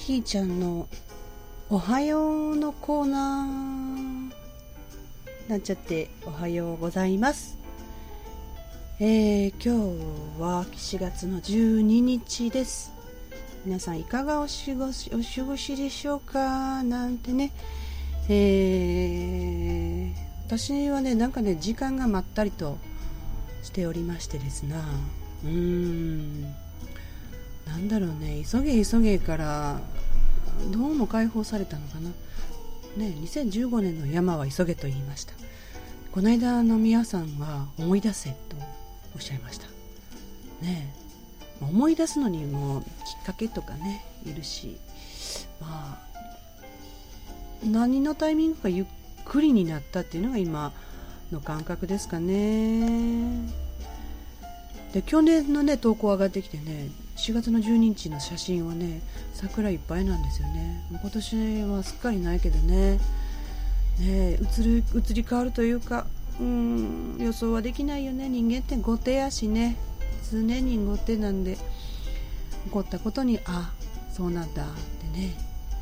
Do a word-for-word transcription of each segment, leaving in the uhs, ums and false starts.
ひーちゃんのおはようのコーナーなっちゃっておはようございます。えー、今日はしがつのじゅうににちです。皆さんいかがお過ごし、お過ごしでしょうかなんてね、えー、私はねなんかね時間がまったりとしておりましてですな、うーんなんだろうね、急げ急げからどうも解放されたのかな、ね、にせんじゅうごねんの山は急げと言いました。この間の皆さんは思い出せとおっしゃいました、ね、思い出すのにもきっかけとかねいるし、まあ何のタイミングかゆっくりになったっていうのが今の感覚ですかね。で去年のね投稿上がってきてね、しがつのじゅうににちの写真はね桜いっぱいなんですよね。もう今年はすっかりないけどね、ね移る移り変わるというか、うーん予想はできないよね。人間って後手やしね、常に後手なんで、起こったことにあそうなんだってね、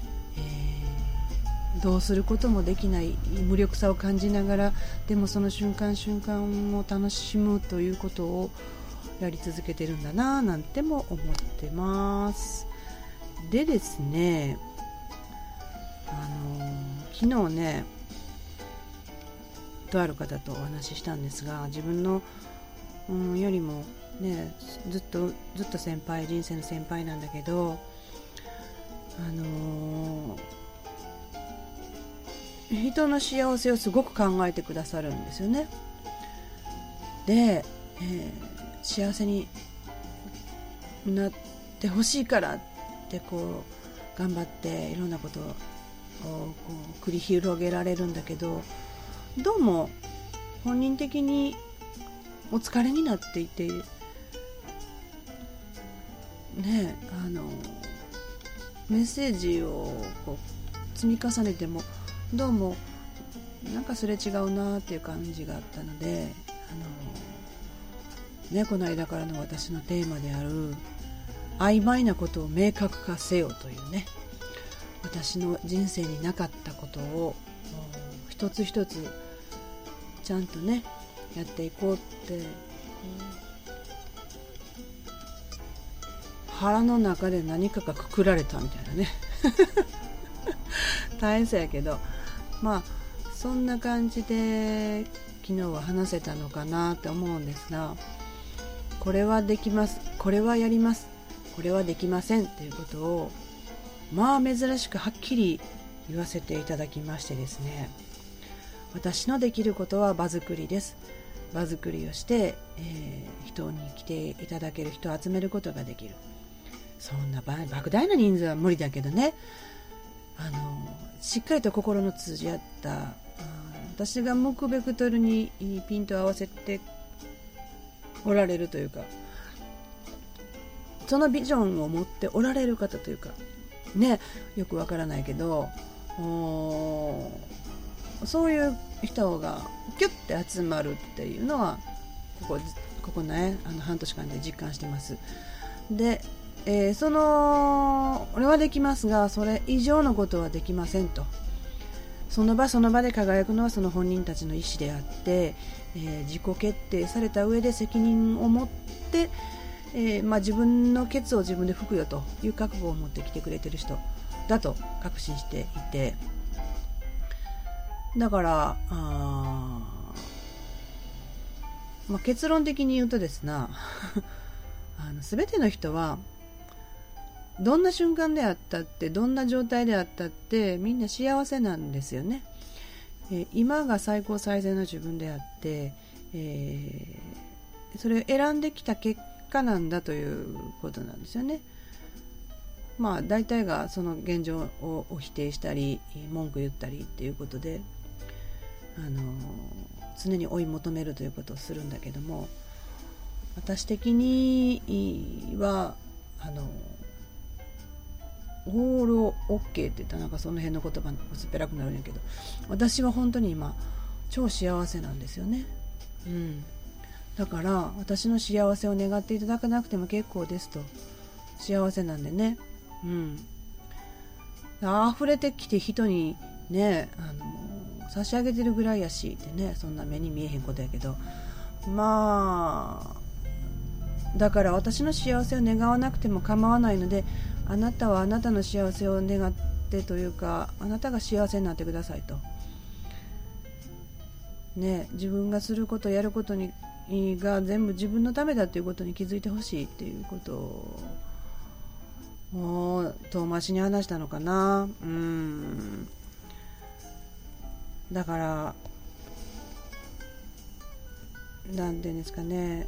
えー、どうすることもできない無力さを感じながら、でもその瞬間瞬間を楽しむということをやり続けてるんだななんても思ってます。でですね、あのー、昨日ねとある方とお話ししたんですが、自分の、うん、よりもねずっとずっと先輩、人生の先輩なんだけど、あのー、人の幸せをすごく考えてくださるんですよね。で、えー幸せになってほしいからってこう頑張っていろんなことをこう繰り広げられるんだけど、どうも本人的にお疲れになっていてね、あのメッセージをこう積み重ねてもどうもなんかすれ違うなっていう感じがあったので、あのね、この間からの私のテーマである曖昧なことを明確化せよというね、私の人生になかったことを一つ一つちゃんとねやっていこうって、腹の中で何かがくくられたみたいなね大変そうやけど、まあそんな感じで昨日は話せたのかなって思うんですが、これはできます、これはやります、これはできませんということをまあ珍しくはっきり言わせていただきましてですね、私のできることは場作りです。場作りをして、えー、人に来ていただける人を集めることができる。そんな莫大な人数は無理だけどね、あのしっかりと心の通じ合った私が向くベクトルにピントを合わせておられるというか、そのビジョンを持っておられる方というかね、よくわからないけどそういう人がキュッて集まるっていうのはここ、ここねあの半年間で実感してます。で、えー、その俺はできますがそれ以上のことはできませんと、その場その場で輝くのはその本人たちの意思であって、えー、自己決定された上で責任を持って、えーまあ、自分のケツを自分で拭くよという覚悟を持ってきてくれてる人だと確信していて、だからあ、まあ、結論的に言うとですなあの全ての人はどんな瞬間であったってどんな状態であったってみんな幸せなんですよね。えー、今が最高最善の自分であって、えー、それを選んできた結果なんだということなんですよね。まあ大体がその現状を否定したり文句言ったりっていうことで、あのー、常に追い求めるということをするんだけども、私的にはあのーオールオッケーって言ったらなんかその辺の言葉薄っぺらくなるんやけど、私は本当に今超幸せなんですよね。うん、だから私の幸せを願っていただかなくても結構ですと、幸せなんでね、うん、 溢れてきて人にねあの差し上げてるぐらいやしってね、そんな目に見えへんことやけど、まあだから私の幸せを願わなくても構わないので、あなたはあなたの幸せを願ってというか、あなたが幸せになってくださいとね、自分がすることやることにが全部自分のためだということに気づいてほしいっていうことを遠回しに話したのかな。うーんだからなんていうんですかね、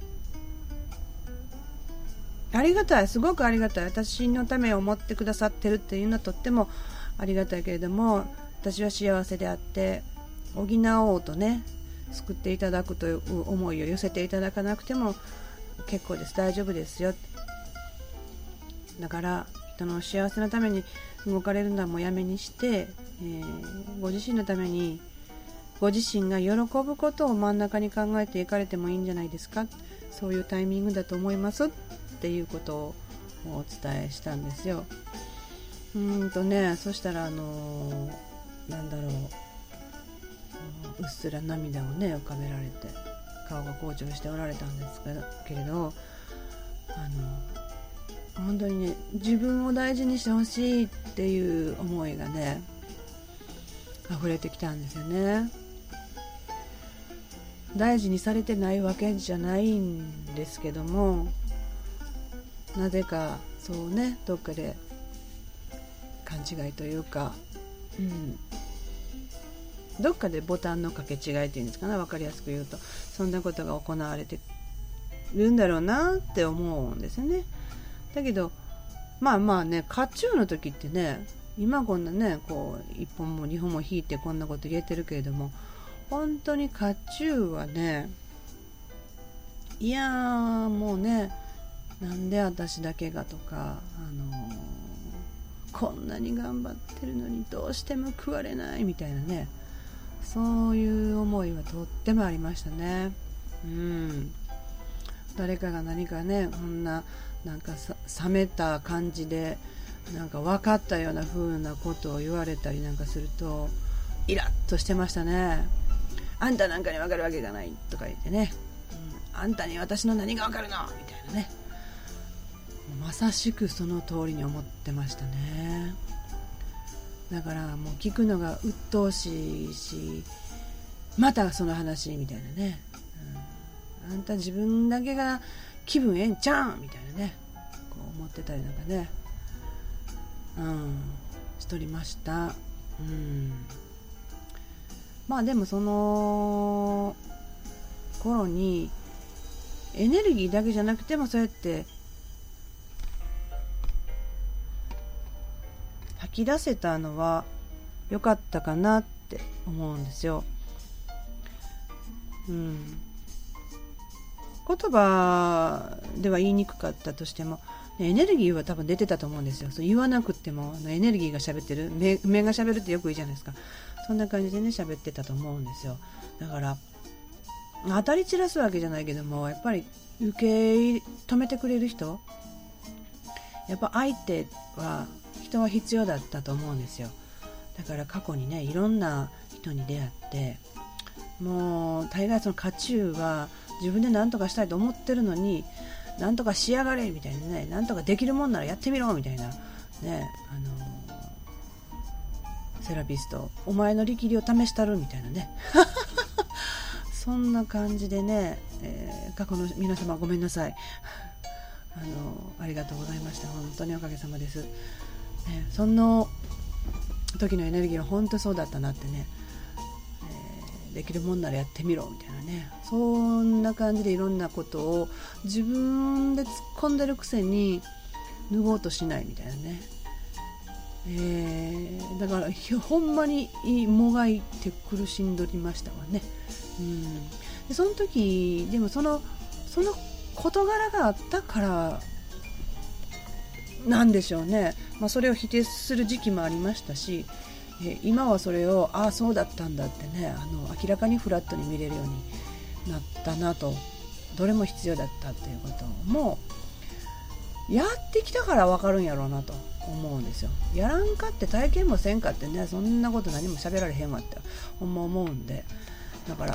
ありがたい、すごくありがたい、私のためを思ってくださってるっていうのはとってもありがたいけれども、私は幸せであって補おうとね救っていただくという思いを寄せていただかなくても結構です、大丈夫ですよ。だから人の幸せのために動かれるのはもうやめにして、えー、ご自身のためにご自身が喜ぶことを真ん中に考えていかれてもいいんじゃないですか、そういうタイミングだと思いますっていうことをお伝えしたんですよ。うーんとねそしたらあのー、なんだろううっすら涙をね浮かべられて顔が紅潮しておられたんですけれど、あの本当にね自分を大事にしてほしいっていう思いがね溢れてきたんですよね。大事にされてないわけじゃないんですけども、なぜかそうねどっかで勘違いというか、うんどっかでボタンの掛け違いっていうんですかね、分かりやすく言うとそんなことが行われてるんだろうなって思うんですよね。だけどまあまあね甲冑の時ってね今こんなねこういっぽんもにほんも引いてこんなこと言えてるけれども、本当に甲冑はねいやーもうねなんで私だけがとか、あのー、こんなに頑張ってるのにどうしても食われないみたいなね、そういう思いはとってもありましたね。うん、誰かが何かねこんななんかさ冷めた感じでなんか分かったような風なことを言われたりなんかするとイラッとしてましたね。あんたなんかに分かるわけがないとか言ってね、うん、あんたに私の何が分かるのみたいなね、まさしくその通りに思ってましたね。だからもう聞くのが鬱陶しいし、またその話みたいなね、うん、あんた自分だけが気分ええんちゃうんみたいなねこう思ってたりなんかね、うん、しとりました。うん、まあでもその頃にエネルギーだけじゃなくてもそうやって吐き出せたのは良かったかなって思うんですよ。うん、言葉では言いにくかったとしてもエネルギーは多分出てたと思うんですよ。そう言わなくてもエネルギーが喋ってる、 目, 目が喋るってよく言うじゃないですか。そんな感じでね喋ってたと思うんですよ。だから当たり散らすわけじゃないけども、やっぱり受け止めてくれる人、やっぱ相手は人は必要だったと思うんですよ。だから過去にねいろんな人に出会って、もう大概その甲冑は自分で何とかしたいと思ってるのに、何とかしやがれみたいなね、何とかできるもんならやってみろみたいなね、あのー、セラピストお前の力量試したるみたいなねそんな感じでね、えー、過去の皆様ごめんなさいあのー、ありがとうございました。本当におかげさまです、ね、その時のエネルギーは本当そうだったなってね、えー、できるもんならやってみろみたいなね、そんな感じでいろんなことを自分で突っ込んでるくせに脱ごうとしないみたいなね、えー、だからほんまにもがいて苦しんどりましたわね。うん、でその時でもそのその事柄があったからなんでしょうね、まあ、それを否定する時期もありましたし、え今はそれをああそうだったんだってね、あの明らかにフラットに見れるようになったなと、どれも必要だったということもやってきたから分かるんやろうなと思うんですよ。やらんかって体験もせんかってね、そんなこと何も喋られへんわってほんま思うんで、だから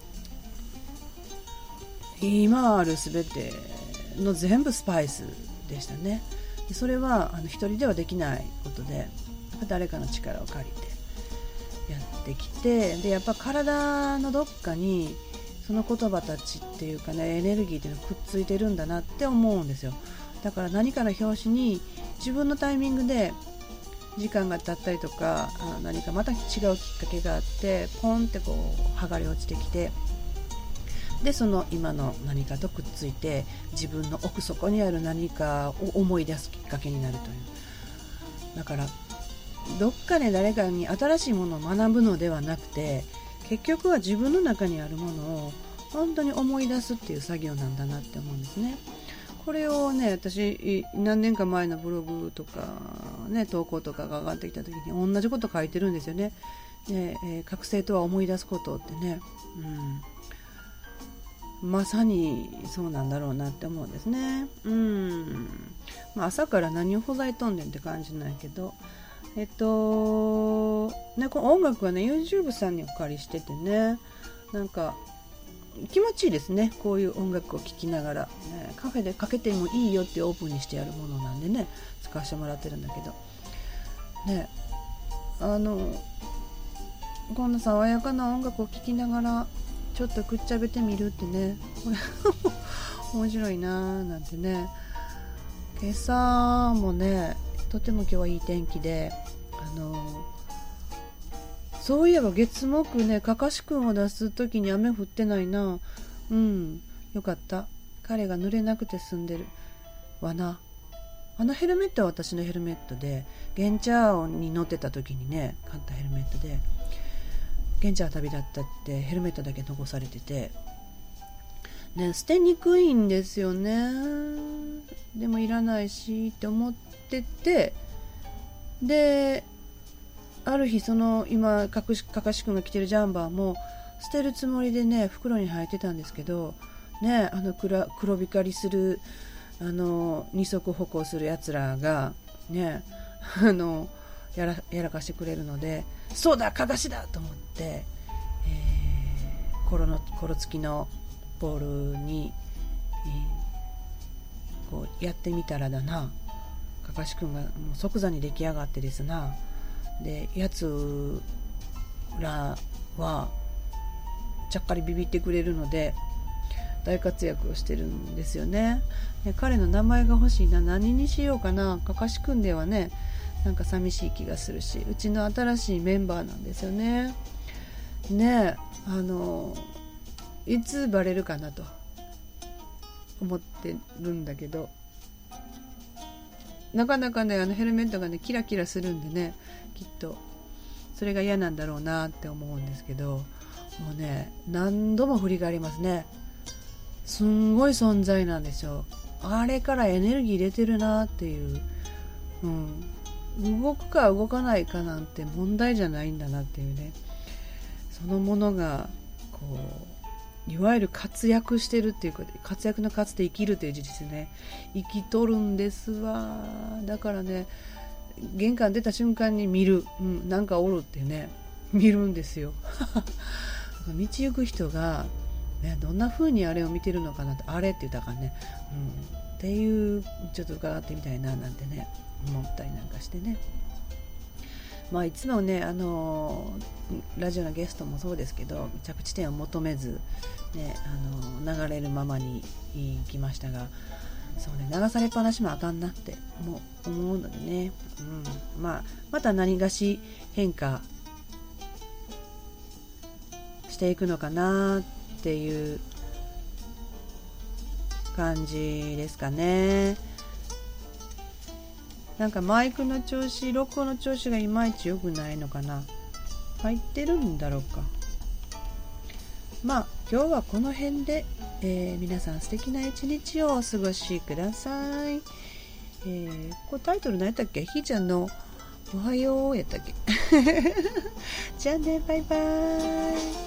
今あるすべての全部スパイスでしたね。でそれはあの一人ではできないことで、誰かの力を借りてやってきて、でやっぱ体のどっかにその言葉たちっていうかね、エネルギーっていうのがくっついてるんだなって思うんですよ。だから何かの拍子に自分のタイミングで時間が経ったりとか、あ何かまた違うきっかけがあってポンってこう剥がれ落ちてきて、でその今の何かとくっついて自分の奥底にある何かを思い出すきっかけになるという。だからどっかで誰かに新しいものを学ぶのではなくて、結局は自分の中にあるものを本当に思い出すっていう作業なんだなって思うんですね。これをね、私何年か前のブログとか、ね、投稿とかが上がってきた時に同じこと書いてるんですよね。ねえー、覚醒とは思い出すことってね、うん、まさにそうなんだろうなって思うんですね。うん、まあ、朝から何をほざいとんねんって感じなんやけど、えっとね、この音楽はね YouTube さんにお借りしててね、なんか気持ちいいですね。こういう音楽を聴きながら、ね、カフェでかけてもいいよってオープンにしてやるものなんでね、使わせてもらってるんだけどね、あのこんな爽やかな音楽を聴きながらちょっとくっちゃべてみるってね、これ面白いなーなんてね。今朝もね、とても今日はいい天気で、あのそういえば月木ね、かかしくんを出す時に雨降ってないな。うん、よかった。彼が濡れなくて済んでるわな。あのヘルメットは私のヘルメットで、ゲンチャーに乗ってた時にね買ったヘルメットで、ゲンチャー旅立ったってヘルメットだけ残されててね、捨てにくいんですよね。でもいらないしって思ってて、である日、その今かかしくんが着てるジャンバーも捨てるつもりでね袋に入ってたんですけどね、あの 黒, 黒光りするあの二足歩行するやつらがね、あの や, らやらかしてくれるので、そうだかかしだと思って、えー、コロのコロ付きのボールに、えー、こうやってみたらだな、かかしくんがもう即座に出来上がってですな、でやつらはちゃっかりビビってくれるので大活躍をしてるんですよね。で彼の名前が欲しいな、何にしようかな。かかしくんではね、なんか寂しい気がするし、うちの新しいメンバーなんですよね。ねえ、あのいつバレるかなと思ってるんだけど、なかなかね、あのヘルメットがねキラキラするんでね、きっとそれが嫌なんだろうなって思うんですけど、もうね何度も振り返りますね。すんごい存在なんですよ。あれからエネルギー入れてるなっていう、うん、動くか動かないかなんて問題じゃないんだなっていうね、そのものがこういわゆる活躍してるっていうか、活躍の活で生きるという事実ね、生きとるんですわ。だからね、玄関出た瞬間に見る、うん、なんかおるってね、見るんですよ道行く人が、ね、どんな風にあれを見てるのかなって、あれって言ったからね、うん、っていうちょっと伺ってみたいななんてね思ったりなんかしてね。まあいつもね、あのラジオのゲストもそうですけど、着地点を求めず、ね、あの流れるままに行きましたが、そうね、流されっぱなしもあかんなって思う、思うのでね、うん、まあまた何がし変化していくのかなっていう感じですかね。なんかマイクの調子、録音の調子がいまいち良くないのかな。入ってるんだろうか。まあ今日はこの辺で、えー、皆さん素敵な一日をお過ごしください。えー、これタイトル何やったっけ？ひーちゃんのおはようやったっけ？じゃあね、バイバイ。